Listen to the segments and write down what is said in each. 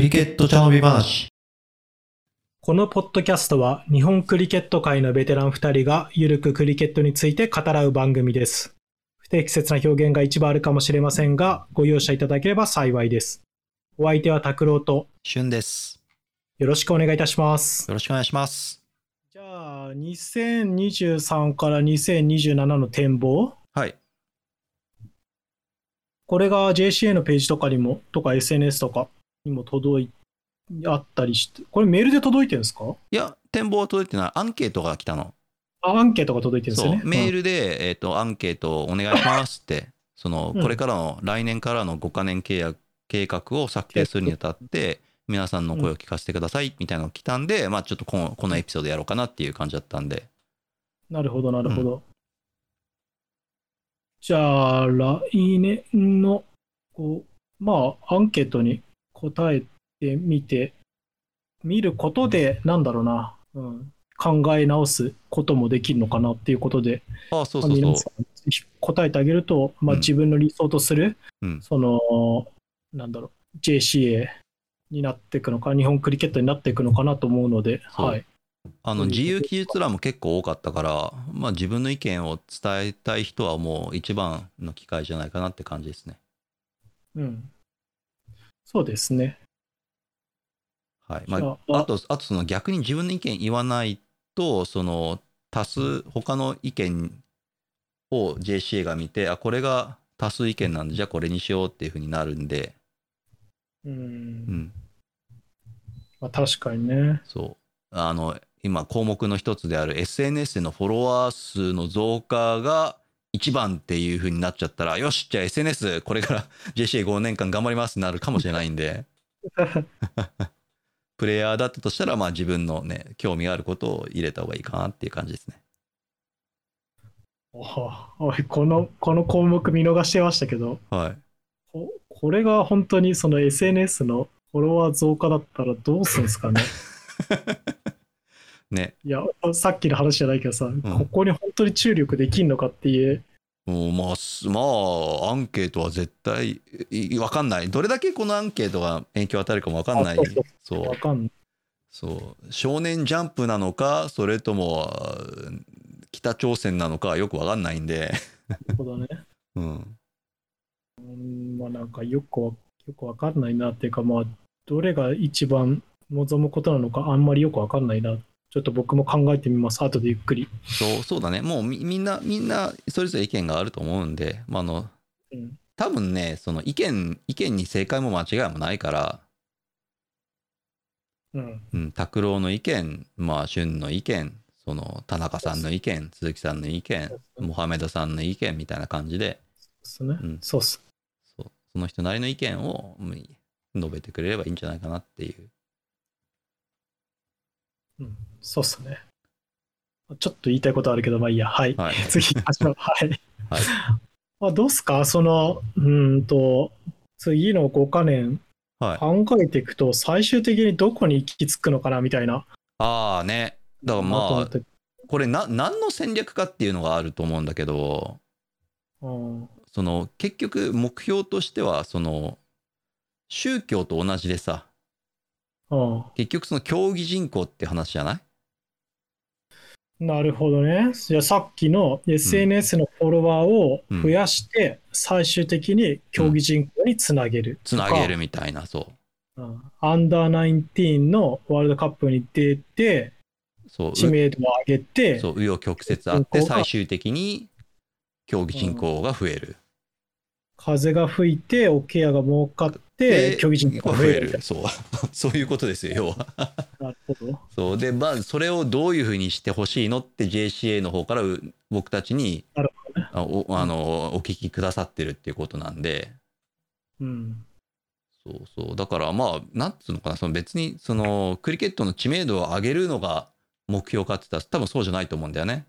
リケット茶飲み話。 このポッドキャストは日本クリケット界のベテラン2人がゆるくクリケットについて語らう番組です。不適切な表現が一部あるかもしれませんが、ご容赦いただければ幸いです。お相手は拓郎と俊です。 よろしくお願いいたします。 よろしくお願いします。 じゃあ、2023から2027の展望。 はい。 これが JCA のページとかにも、とか SNS とかにもあったりして、これメールで届いてるんですか？ いや、展望は届いてない。アンケートが来たの。 アンケートが届いてるんですよね。 そう、メールで、アンケートをお願いしますって、これからの、来年からの5カ年計画を策定するにあたって、皆さんの声を聞かせてくださいみたいなのが来たんで、まあちょっとこのエピソードやろうかなっていう感じだったんで。 なるほど、なるほど。じゃあ、来年の、アンケートに答えてみることで、なんだろうな、考え直すこともできるのかなっていうことで、 そうそうそう。 皆さんぜひ答えてあげると、自分の理想とする、JCA になっていくのか、日本クリケットになっていくのかなと思うので、はい。 自由記述欄も結構多かったから、まあ自分の意見を伝えたい人はもう一番の機会じゃないかなって感じですね。 そうですね。 はい。まあ、あとその逆に自分の意見言わないと、他の意見を JCA が見て、これが多数意見なんで、じゃあこれにしようっていうふうになるんで。 確かにね。 そう。今項目の一つである SNS でのフォロワー数の増加が一番っていう風になっちゃったら、よし、じゃあ SNS これから JCA5 年間頑張りますってなるかもしれないんでプレイヤーだったとしたら、まあ自分のね、興味があることを入れた方がいいかなっていう感じですね。 この項目見逃してましたけど、 はい。 これが本当にその SNS のフォロワー増加だったらどうするんですかね。 ね。 いや、さっきの話じゃないけどさ、ここに本当に注力できんのかっていう。 まあ、アンケートは絶対、わかんない。どれだけこのアンケートが影響を与えるかもわかんない。 そう。わかんない。 そう。少年ジャンプなのか、それとも、北朝鮮なのかよくわかんないんで。 なるほどね。なんかよくわかんないなっていうか、どれが一番望むことなのかあんまりよくわかんないな。ちょっと僕も考えてみます。後でゆっくり。 そうだね。もうみんなそれぞれ意見があると思うんで、多分ね、その意見に正解も間違いもないから、拓郎の意見、俊の意見、田中さんの意見、鈴木さんの意見、モハメドさんの意見みたいな感じで、 そうっす。 その人なりの意見を述べてくれればいいんじゃないかなっていう。 そうっすね。ちょっと言いたいことあるけど、まあいいや。はい。次行きましょう。はい。どうすか次の5カ年考えていくと、最終的にどこに行き着くのかなみたいな。 ね。だからこれ何の戦略かっていうのがあると思うんだけど、結局目標としては宗教と同じでさ、結局その競技人口って話じゃない？ なるほどね。じゃあさっきの SNS のフォロワーを増やして、最終的に競技人口につなげる。 つなげるみたいな、そう。 アンダー19のワールドカップに出て、知名度を上げて、 紆余曲折あって最終的に競技人口が増える。 風が吹いて、オケアが儲かって、競技人口が増える。 そういうことですよ、要は。 なるほど。 そうで、それをどういうふうにしてほしいのって JCA の方から僕たちにお聞きくださってるっていうことなんで。だからなんつうのかな、別にクリケットの知名度を上げるのが目標かって言ったら多分そうじゃないと思うんだよね。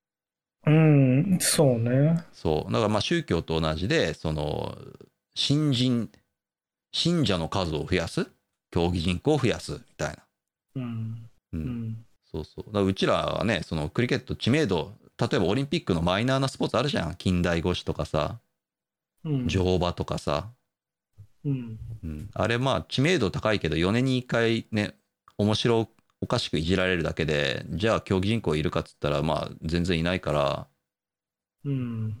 そうね。 そうだから宗教と同じで信者の数を増やす、競技人口を増やすみたいな。だからうちらはね、クリケット知名度、例えばオリンピックのマイナーなスポーツあるじゃん。近代五種とかさ、乗馬とかさ、 うん。 うん、あれまあ知名度高いけど4年に1回ね、面白おかしくいじられるだけで、じゃあ競技人口いるかっつったらまあ全然いないから、 うん。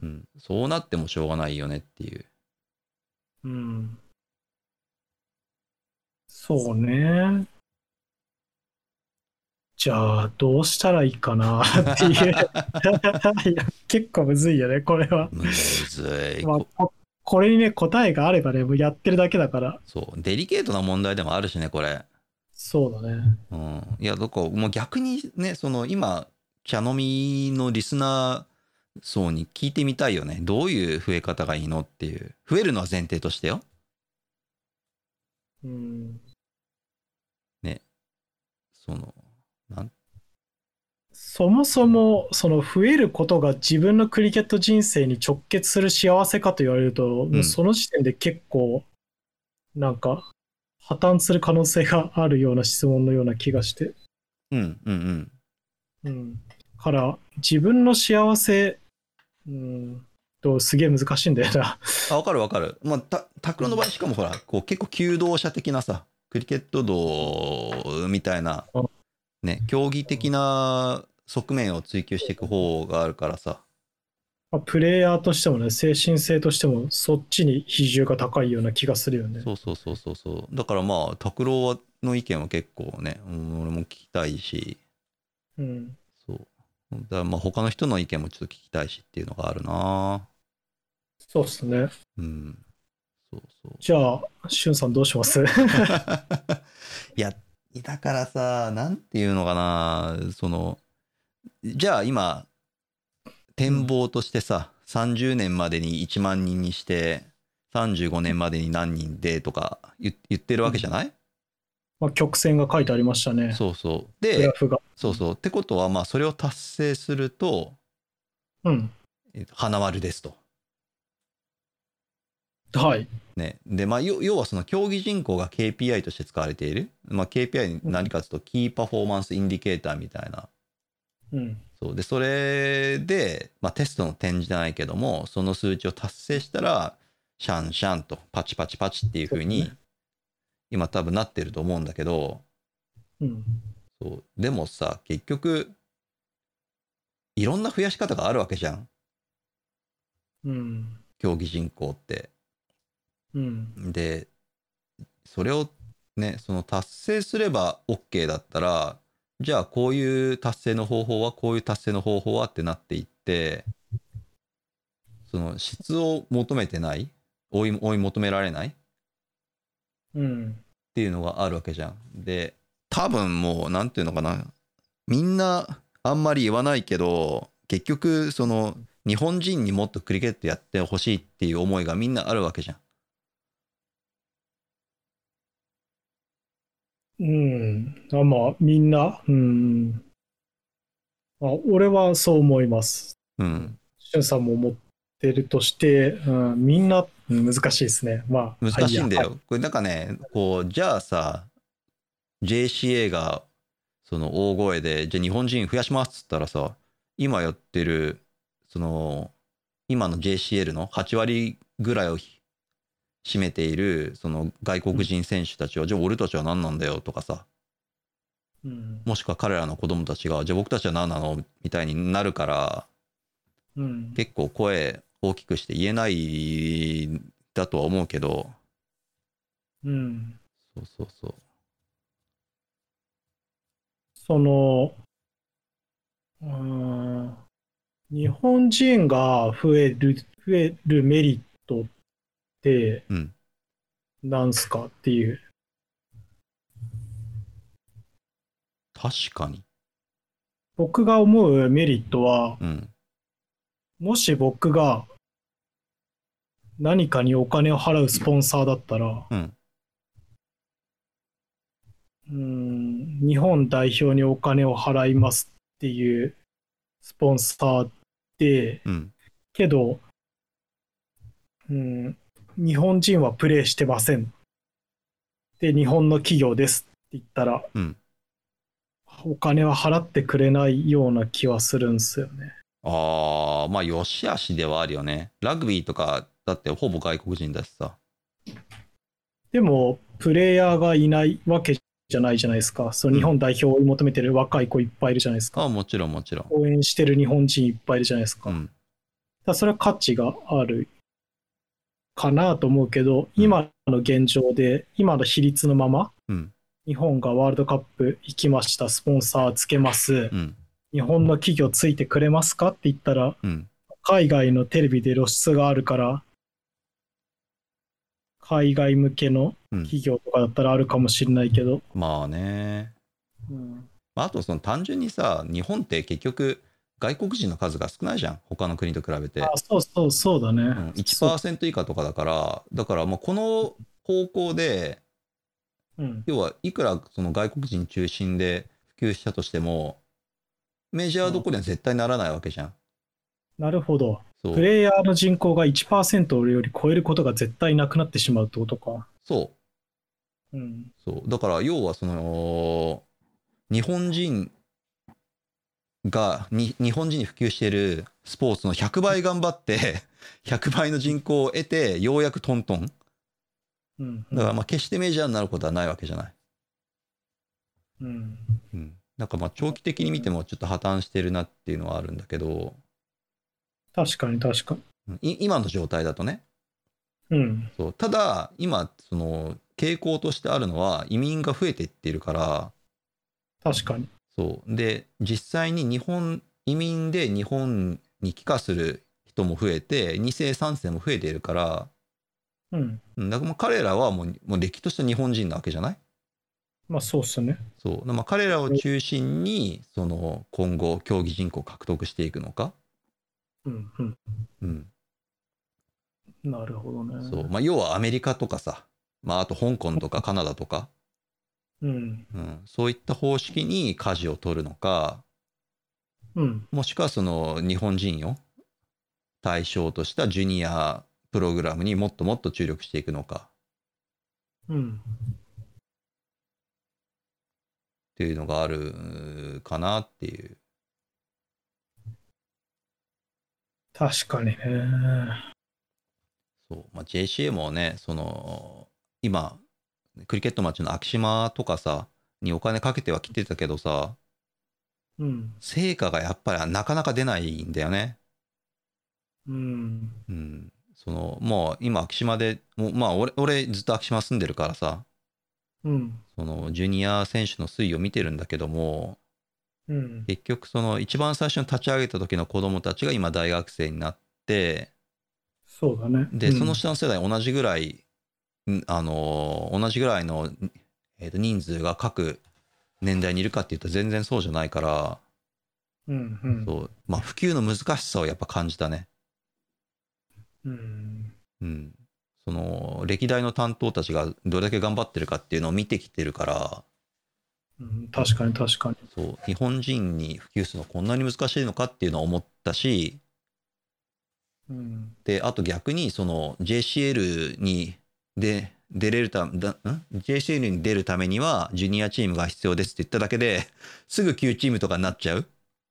うん、そうなってもしょうがないよねっていう。 うん。そうね。じゃあ、どうしたらいいかなっていう。いや、結構むずいよね、これは。 むずい。 まあ、これにね、答えがあればね、もうやってるだけだから。 そう、デリケートな問題でもあるしね、これ。 そうだね。 うん。いや、どこ、もう逆にね、その今、茶飲みのリスナー層に聞いてみたいよね。どういう増え方がいいのっていう。増えるのは前提としてよ。 うん。 ね。その、なんそもそも、その増えることが自分のクリケット人生に直結する幸せかと言われると、もうその時点で結構、なんか、破綻する可能性があるような質問のような気がして。 うんうんうん。から、自分の幸せ、うん、すげえ難しいんだよな。 あ、わかるわかる。まあ、拓郎の場合しかもほら、こう結構求道者的なさ、クリケット道みたいな、ね、競技的な側面を追求していく方があるからさ。 まあ、プレイヤーとしてもね、精神性としてもそっちに比重が高いような気がするよね。 そうそうそうそうそう。だからまあ、拓郎の意見は結構ね、俺も聞きたいし、 うん。 そう。だからまあ他の人の意見もちょっと聞きたいしっていうのがあるな。 そうっすね。 うん。そうそう。 じゃあ、しゅんさんどうします？ いや、だからさ、なんていうのかな、じゃあ今、展望としてさ、30年までに1万人にして、35年までに何人でとか言ってるわけじゃない？ まあ、曲線が書いてありましたね。 そうそう。で、 グラフが。 そうそう。ってことは、まあ、それを達成すると、 うん。 花丸ですと。 はい。 ね。で、まあ、要はその競技人口が KPI として使われている。まあ、KPI 何かというと、キーパフォーマンスインディケーターみたいな。 うん。 そう。で、それで、まあ、テストの点字じゃないけども、その数値を達成したら、シャンシャンと、パチパチパチっていう風に、今多分なってると思うんだけど、 うん。 そう。でもさ、結局、いろんな増やし方があるわけじゃん。 うん。 競技人口って。 うん。 で、それをね、その達成すれば OK だったら、じゃあこういう達成の方法は、こういう達成の方法はってなっていって、その質を求めてない、追い求められないっうん。 ていうのがあるわけじゃん。で、多分もう、なんていうのかな、みんなあんまり言わないけど、結局、その、日本人にもっとクリケットやってほしいっていう思いがみんなあるわけじゃん。 うん。あ、まあ、みんな、うん。俺はそう思います。 うん。 しゅんさんも思ってるとして、みんな、難しいですね。まあ、は難いや。はい。 しいんだよ。これなんかね、こう、じゃあさ、JCA がその大声で、じゃあ日本人増やしますっつったらさ、今やってる、その、今の JCL の8割ぐらいを占めている、その外国人選手たちは、じゃあ俺たちは何なんだよとかさ、 うん。 もしくは彼らの子供たちが、じゃあ僕たちは何なのみたいになるから、 うん。 結構声大きくして言えないだとは思うけど、 うん。 そうそうそう。 その、うん、日本人が増えるメリットってうん。 なんすかっていう。 確かに。 僕が思うメリットは、 うん。 もし僕が何かにお金を払うスポンサーだったら、 うん。 日本代表にお金を払いますっていうスポンサーで、 うん。 けど、うん、日本人はプレーしてません。で、日本の企業ですって言ったら、 うん。 お金は払ってくれないような気はするんですよね。 ああ、まあ、良し悪しではあるよね。ラグビーとか、だってほぼ外国人だしさ。 でも、プレイヤーがいないわけじゃないじゃないですか。その日本代表を追い求めてる若い子いっぱいいるじゃないですか。 もちろんもちろん。 応援してる日本人いっぱいいるじゃないですか。だからそれは価値があるかなと思うけど、今の現状で、今の比率のまま、日本がワールドカップ行きました、スポンサーつけます、日本の企業ついてくれますかって言ったら、海外のテレビで露出があるから、海外向けの企業とかだったらあるかもしれないけど。 まあね。あとその単純にさ、日本って結局外国人の数が少ないじゃん、他の国と比べて。 そうだね。 1% 以下とかだからもうこの方向で、要はいくらその外国人中心で普及したとしても、メジャーどころには絶対ならないわけじゃん。 なるほど。プレイヤーの人口が 1% より超えることが絶対なくなってしまうってことか。 そう。だから要はその日本人に普及しているスポーツの100倍頑張って100倍の人口を得てようやくトントン。だからまあ決してメジャーになることはないわけじゃない。なんかまあ長期的に見てもちょっと破綻してるなっていうのはあるんだけど。 確かに。 今の状態だとね。そうただ今その傾向としてあるのは移民が増えていっているから。 確かに。 そうで実際に移民で日本に帰化する人も増えて2世3世も増えているから、だから彼らはもうれっきとした日本人なわけじゃない。 まあそうっすね。 まあ、彼らを中心にその今後競技人口を獲得していくのか。 なるほどね。 まあ、要はアメリカとかさ、まあ、あと香港とかカナダとか、そういった方式に舵を取るのか、もしくはその日本人を対象としたジュニアプログラムにもっともっと注力していくのか、っていうのがあるかなっていう。 確かにね。 まあ、JCA もね、その今クリケット町の昭島とかさにお金かけてはきてたけどさ、成果がやっぱりなかなか出ないんだよね。そのもう今昭島でまあ俺ずっと昭島住んでるからさ、そのジュニア選手の推移を見てるんだけども、結局その一番最初に立ち上げた時の子供たちが今大学生になって、 そうだね。 でその下の世代同じぐらい同じぐらいの、人数が各年代にいるかっていうと全然そうじゃないから、まあ普及の難しさをやっぱ感じたね。その歴代の担当たちがどれだけ頑張ってるかっていうのを見てきてるから、 確かに。 そう日本人に普及するのこんなに難しいのかっていうのを思ったし、であと逆にその JCL に出れるJCL に出るためにはジュニアチームが必要ですって言っただけですぐ9チームとかになっちゃう、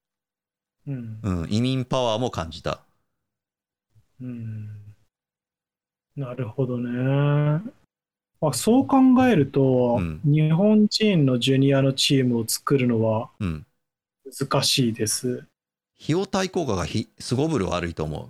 移民パワーも感じた。 なるほどね。そう考えると、日本人のジュニアのチームを作るのは難しいです。 費用対効果がすごぶる悪いと思う。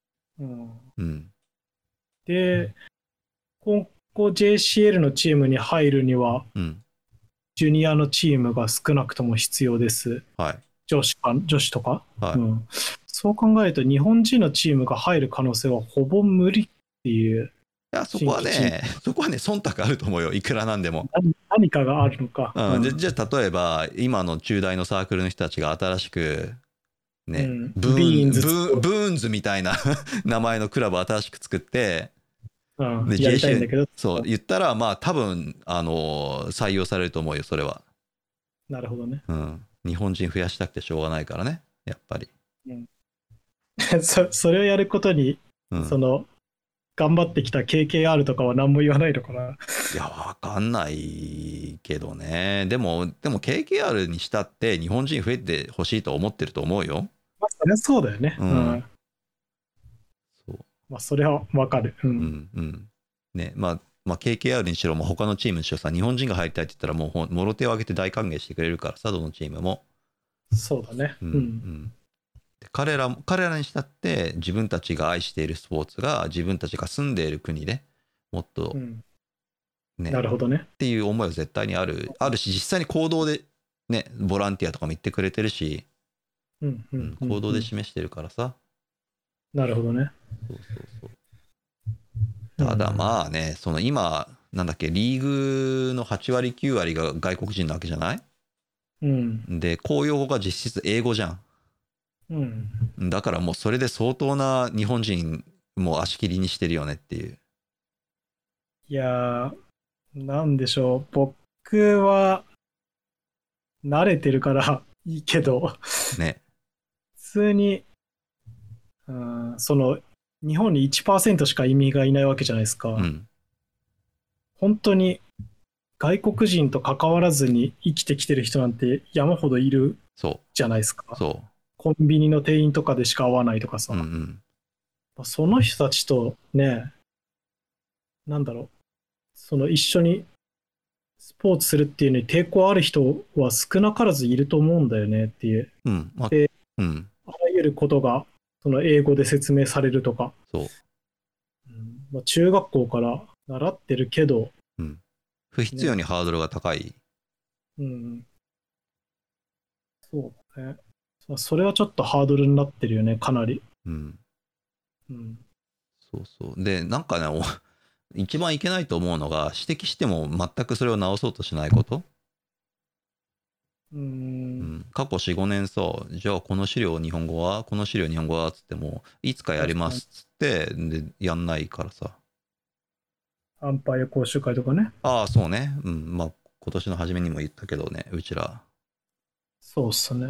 で、今後 JCL のチームに入るには、ジュニアのチームが少なくとも必要です。女子とか、そう考えると日本人のチームが入る可能性はほぼ無理っていう。 いやそこはね忖度あると思うよ、いくらなんでも。 何かがあるのか。 じゃあ例えば今の中大のサークルの人たちが新しくね、ブーンズみたいな名前のクラブを新しく作って、 で JCL そう言ったらまあ多分採用されると思うよ、それは。 なるほどね。 日本人増やしたくてしょうがないからね、やっぱり。 それをやることに、その頑張ってきた KKR とかは何も言わないのかな。 いやわかんないけどね。でも KKR にしたって日本人増えてほしいと思ってると思うよ。 まあそれはそうだよね。まあそれはわかる。 ね、まあまあ、KKR にしろ、他のチームにしろさ、日本人が入りたいって言ったらもうもろ手を挙げて大歓迎してくれるからさ、どのチームも。 そうだね。 で彼らにしたって自分たちが愛しているスポーツが自分たちが住んでいる国でもっと、 ね、なるほどねっていう思いは絶対にあるし、実際に行動でね、ボランティアとかも言ってくれてるし、行動で示してるからさ。 なるほどね。 ただまあね、その今なんだっけ、リーグの8割9割が外国人なわけじゃない、で公用語が実質英語じゃん、だからもうそれで相当な日本人もう足切りにしてるよねっていう。 いやー、なんでしょう、僕は慣れてるからいいけどね、 普通に、その日本に 1% しか移民がいないわけじゃないですか。本当に外国人と関わらずに生きてきてる人なんて山ほどいるじゃないですか。コンビニの店員とかでしか会わないとかさ、その人たちとね、なんだろう、その一緒にスポーツするっていうのに抵抗ある人は少なからずいると思うんだよねっていう。で、あらゆることがその英語で説明されるとか、中学校から習ってるけど、 不必要にハードルが高い。 そうね。それはちょっとハードルになってるよね、かなり。 そうそう。で、なんかね、一番いけないと思うのが、指摘しても全くそれを直そうとしないこと。過去4、5年さ、じゃあこの資料日本語はこの資料日本語はっつっても、いつかやりますっつってでやんないからさ。 アンパイア講習会とかね。 ああ、そうね。まあ今年の初めにも言ったけどね、うちら。 そうっすね。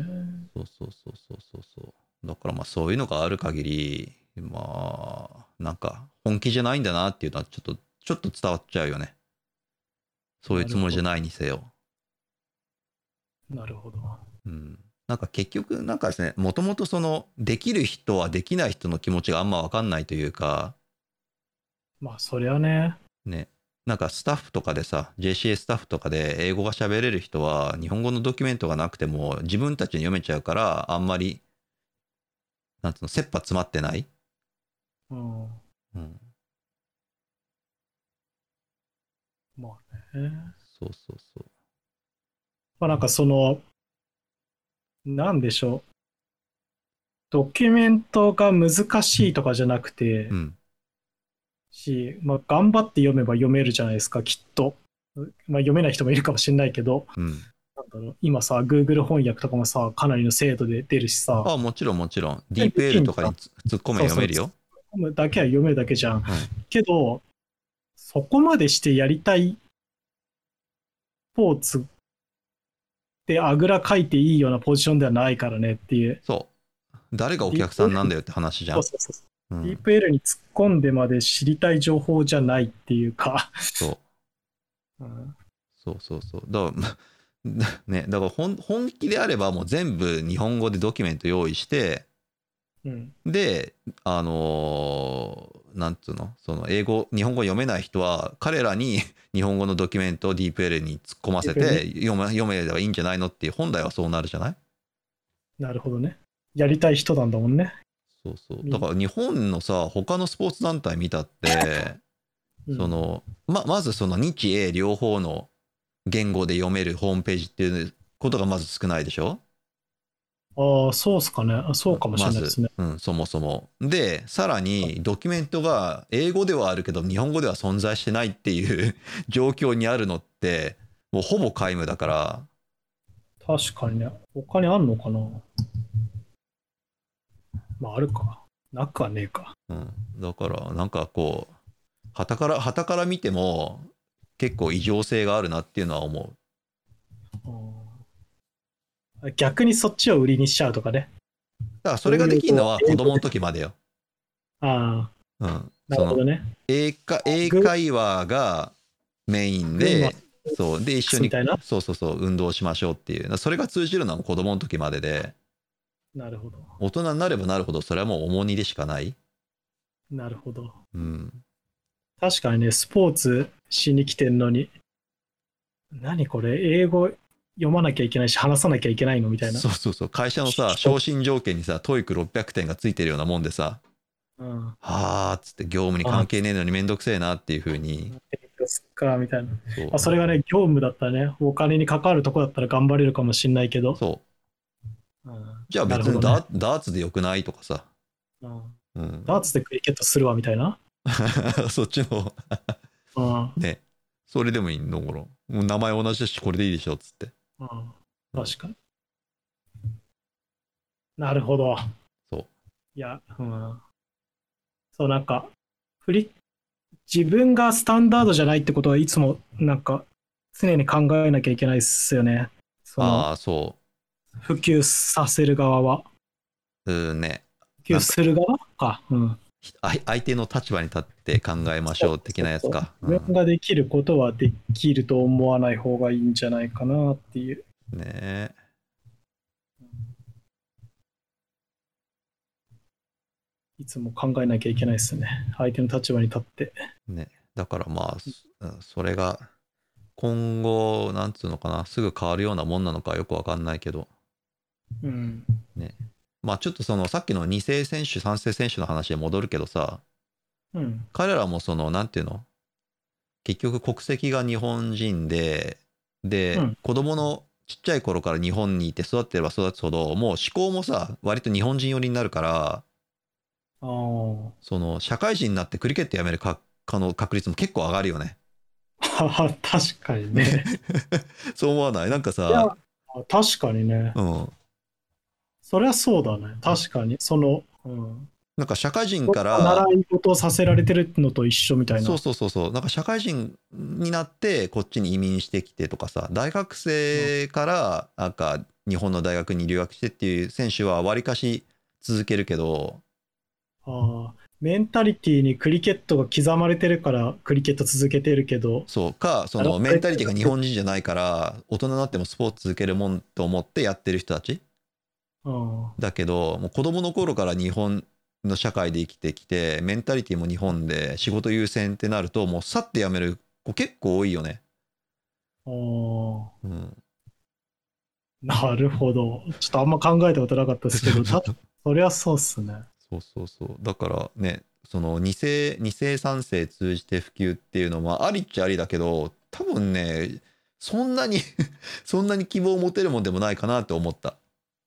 そうだからまあそういうのがある限り、まあなんか本気じゃないんだなっていうのはちょっと伝わっちゃうよね。そういうつもりじゃないにせよ。 なるほど。 なんか結局なんかですね、もともとそのできる人はできない人の気持ちがあんま分かんないというか。 まあそりゃね。 なんかスタッフとかでさ、JCA スタッフとかで英語が喋れる人は日本語のドキュメントがなくても自分たちに読めちゃうからあんまりなんつうの切羽詰まってない。 まあね。 そう。 まあなんかそのなんでしょう。ドキュメントが難しいとかじゃなくて、まあ、頑張って読めば読めるじゃないですか、きっと。まあ、読めない人もいるかもしれないけど、なんだろう、今さ、Google 翻訳とかもさ、かなりの精度で出るしさ。 あ、もちろん。DeepL とかに突っ込め読めるよ。 突っ込むだけは読めるだけじゃん。けど、そこまでしてやりたいスポーツであぐらかいていいようなポジションではないからねっていう。 そう。誰がお客さんなんだよって話じゃん。 DeepL に突っ込んでまで知りたい情報じゃないっていうか。 そう。だからね、だから本気であればもう全部日本語でドキュメント用意して、でなんつうの、その日本語読めない人は彼らに日本語のドキュメントを DeepL に突っ込ませて読めればいいんじゃないのっていう、本来はそうなるじゃない。なるほどね。やりたい人なんだもんね。 そうだから日本のさ他のスポーツ団体見たってそのまずその日英両方の言語で読めるホームページっていうことがまず少ないでしょ。 ああ、そうっすかね。そうかもしれないですね。 そもそも。で、さらにドキュメントが英語ではあるけど日本語では存在してないっていう状況にあるのってもうほぼ皆無だから。 確かにね。他にあんのかな。まああるか。なくはねえか。 だからなんかこう旗から見ても結構異常性があるなっていうのは思う。逆にそっちを売りにしちゃうとかね。 だからそれができるのは子供の時までよ。 なるほどね。 英会話がメインで、そうで一緒に運動しましょうっていう、それが通じるのは子供の時までで。 なるほど。 大人になればなるほどそれはもう重荷でしかない。 なるほど。確かにね、スポーツしに来てんのに、何これ、英語読まなきゃいけないし、話さなきゃいけないのみたいな。 そうそうそう。会社のさ、昇進条件にさ、トイック600点がついてるようなもんでさ、 うん、 はあっつって業務に関係ねえのにめんどくせえなっていう風に。 すっかみたいな。 そうそれがね、業務だったらね、お金に関わるとこだったら頑張れるかもしんないけど。 そう。 うん、 じゃあ別にダーツでよくないとかさ。 うん、ダーツでクリケットするわみたいな。 そっちのね、それでもいいのころ。もう名前同じだし、これでいいでしょっつって。 うん、確かに。なるほど。 そう。 いや、そう、なんか、自分がスタンダードじゃないってことはいつも、なんか、常に考えなきゃいけないっすよね。 ああ、そう。 普及させる側は。 ね。 普及する側か。 相手の立場に立って考えましょう的なやつか。 自分ができることはできると思わない方がいいんじゃないかなっていう。 ねえ。 いつも考えなきゃいけないですね。相手の立場に立って。 ね。だからまあ、それが今後、なんつうのかな、すぐ変わるようなもんなのかよくわかんないけど。ね。まあちょっとさっきの2世選手、3世選手の話へ戻るけどさ、彼らもなんていうの、結局国籍が日本人で、子供のちっちゃい頃から日本にいて育ってれば育つほど、もう思考もさ、割と日本人寄りになるから、社会人になってクリケットやめる確率も結構上がるよね。 確かにね。 そう思わない？なんかさ、 確かにね。そりゃそうだね。確かに。 なんか社会人から習い事をさせられてるのと一緒みたいな。 そう。なんか社会人になってこっちに移民してきてとかさ、大学生からなんか日本の大学に留学してっていう選手はわりかし続けるけど、 メンタリティーにクリケットが刻まれてるからクリケット続けてるけど、 メンタリティーが日本人じゃないから大人になってもスポーツ続けるもんと思ってやってる人たちだけど、もう子供の頃から日本の社会で生きてきてメンタリティーも日本で仕事優先ってなるともうさって辞める子結構多いよね。 なるほど。ちょっとあんま考えたことなかったですけど、そりゃそうっすね。 そう。だからね、2世3世通じて普及っていうのはありっちゃありだけど、多分ね、そんなに希望を持てるもんでもないかなって思った。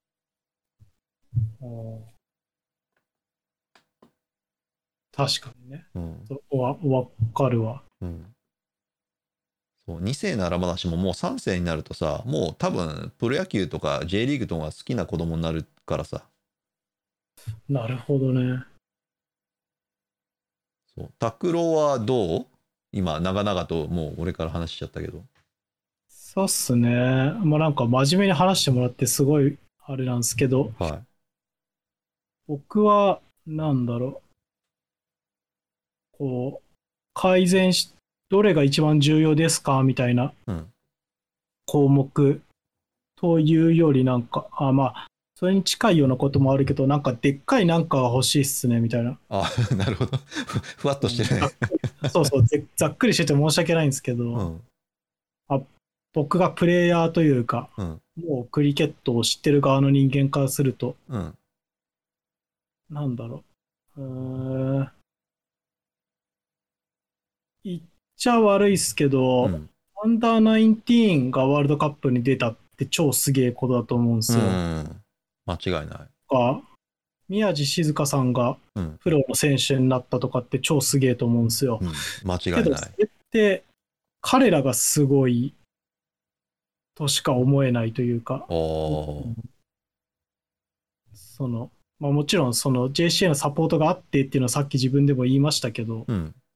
確かにね。わかるわ。 そう、2世ならまだしももう3世になるとさ、もう多分プロ野球とか J リーグとかが好きな子供になるからさ。 なるほどね。 そう。拓郎はどう？今長々ともう俺から話しちゃったけど。 そうっすね。なんか真面目に話してもらってすごいあれなんですけど、僕はなんだろう、改善どれが一番重要ですかみたいな項目というよりなんか、それに近いようなこともあるけど、なんかでっかいなんかが欲しいっすねみたいな。 なるほど。ふわっとしてるね。 そう、ざっくりしてて申し訳ないんですけど、僕がプレイヤーというか、もうクリケットを知ってる側の人間からすると、なんだろう。言っちゃ悪いっすけど、アンダーナインティーンがワールドカップに出たって超すげえことだと思うんですよ。 間違いない。 宮地静香さんがプロの選手になったとかって超すげえと思うんですよ。 間違いない。けどそれって彼らがすごいとしか思えないというか、もちろんJCA のサポートがあってっていうのはさっき自分でも言いましたけど、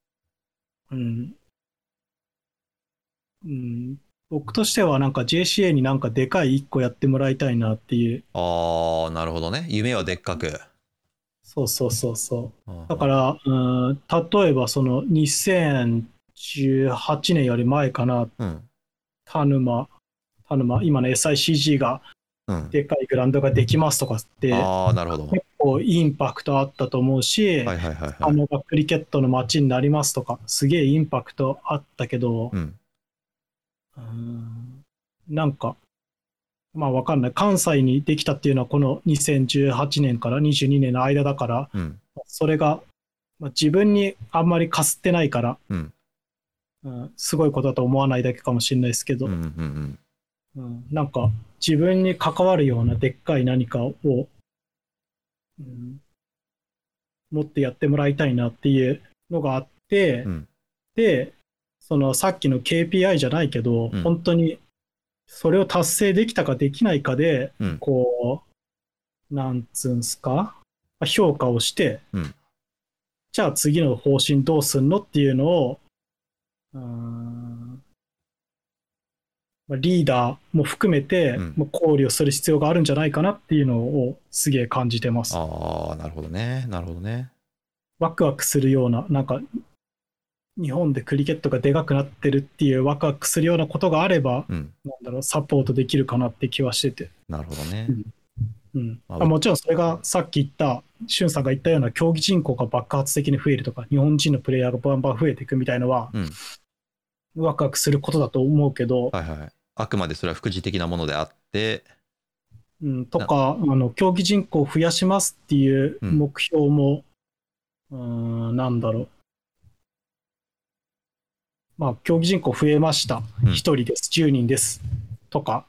僕としてはなんか JCA になんかでかい1個やってもらいたいなっていう。 なるほどね。夢はでっかく。 そう。だから、例えば2018年より前かな、田沼、今の SICG がでかいグラウンドができますとかって、 なるほど。 構インパクトあったと思うし、クリケットの街になりますとか、すげえインパクトあったけど、なんか、まあわかんない。関西にできたっていうのはこの2018年から22年の間だから、それが、自分にあんまりかすってないから、すごいことだと思わないだけかもしれないですけど、なんか自分に関わるようなでっかい何かを、持ってやってもらいたいなっていうのがあって、で、そのさっきの KPI じゃないけど、本当にそれを達成できたかできないかで、こう、なんつうんすか、評価をして、じゃあ次の方針どうすんのっていうのを、リーダーも含めて考慮する必要があるんじゃないかなっていうのをすげえ感じてます。 ああ、なるほどね。なるほどね。 ワクワクするような、なんか、日本でクリケットがでかくなってるっていうワクワクするようなことがあれば、なんだろう、サポートできるかなって気はしてて。 なるほどね。 もちろんそれがさっき言った、しゅんさんが言ったような競技人口が爆発的に増えるとか、日本人のプレイヤーがバンバン増えていくみたいのは、ワクワクすることだと思うけど、 あくまでそれは副次的なものであって、 とか、競技人口を増やしますっていう目標も、なんだろう。まあ、競技人口増えました。1人です、10人です。とか、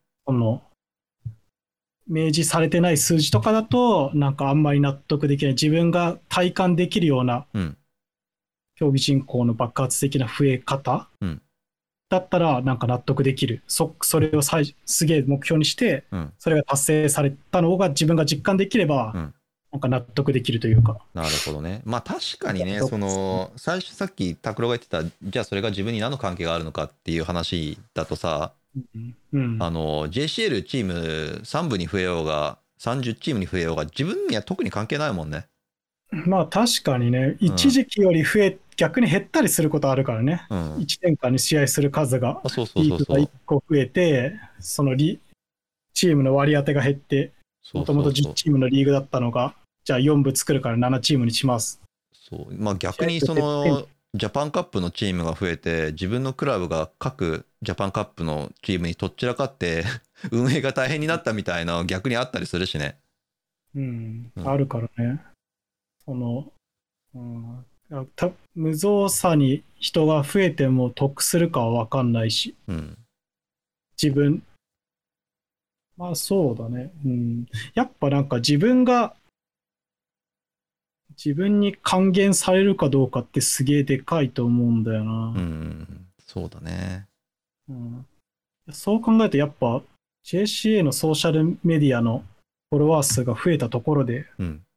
明示されてない数字とかだと、なんかあんまり納得できない。自分が体感できるような、競技人口の爆発的な増え方、だったらなんか納得できる。それをすげえ目標にして、それが達成されたのが自分が実感できれば、なんか納得できるというか。 なるほどね。まあ確かにね、最初さっき拓郎が言ってた、じゃあそれが自分に何の関係があるのかっていう話だとさ、JCL チーム3部に増えようが、30チームに増えようが、自分には特に関係ないもんね。 まあ確かにね、一時期より逆に減ったりすることあるからね。1年間に試合する数が、リーグが1個増えて、そのチームの割り当てが減って、もともと10チームのリーグだったのが、じゃあ4部作るから7チームにします。 まあ逆にそのジャパンカップのチームが増えて、自分のクラブが各ジャパンカップのチームにとっちらかって運営が大変になったみたいな逆にあったりするしね。 あるからね。無造作に人が増えても得するかは分かんないし、自分、まあそうだね。やっぱなんか自分に還元されるかどうかってすげえでかいと思うんだよな。 そうだね。 そう考えるとやっぱ JCA のソーシャルメディアのフォロワー数が増えたところで、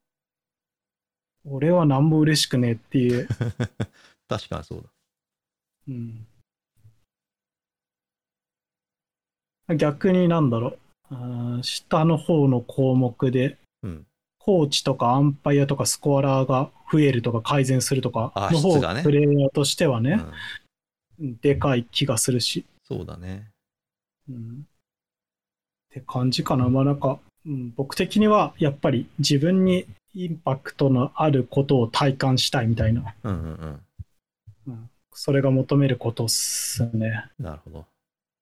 俺はなんも嬉しくねえっていう。 確かにそうだ。逆になんだろう。下の方の項目で、コーチとかアンパイアとかスコアラーが増えるとか改善するとかの方がプレイヤーとしてはね、でかい気がするし。 そうだね。 って感じかな。まあなんか、僕的にはやっぱり自分にインパクトのあることを体感したいみたいな。それが求めることっすね。 なるほど。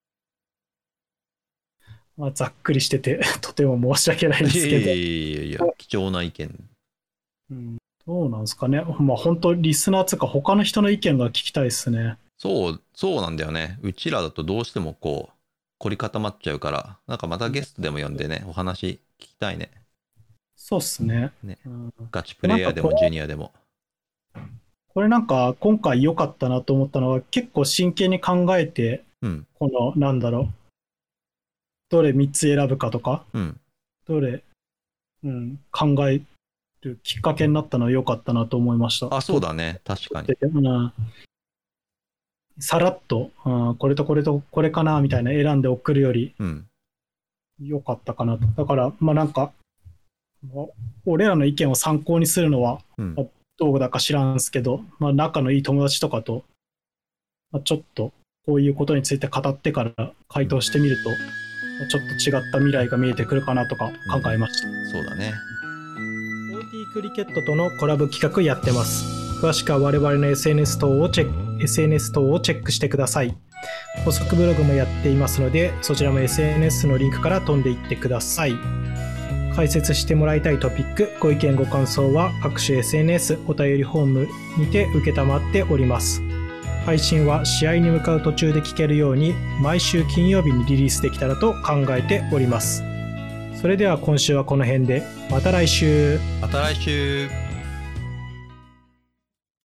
まあ、ざっくりしててとても申し訳ないですけど。 いや貴重な意見。 どうなんですかね。まあ本当リスナーつうか他の人の意見が聞きたいですね。 そうなんだよね。うちらだとどうしてもこう凝り固まっちゃうから、なんかまたゲストでも呼んでね、お話聞きたいね。 そうっすね。 ガチプレイヤーでもジュニアでも。 これなんか今回良かったなと思ったのは結構真剣に考えて、このなんだろう。どれ3つ選ぶかとか、どれ、考えるきっかけになったのは良かったなと思いました。 そうだね。確かに。 さらっと、これとこれとこれかなみたいな選んで送るより、良かったかなと。だから、まあなんか、俺らの意見を参考にするのは、どうだか知らんすけど、まあ仲のいい友達とかと、ちょっとこういうことについて語ってから回答してみると、ちょっと違った未来が見えてくるかなとか考えました。 そうだね。 クリケットとのコラボ企画やってます。詳しくは我々の SNS 等をチェックしてください。補足ブログもやっていますので、そちらも SNS のリンクから飛んでいってください。解説してもらいたいトピック、ご意見ご感想は各種 SNS お便りフォームにて受けたまっております。配信は試合に向かう途中で聞けるように毎週金曜日にリリースできたらと考えております。それでは今週はこの辺で、また来週。 また来週。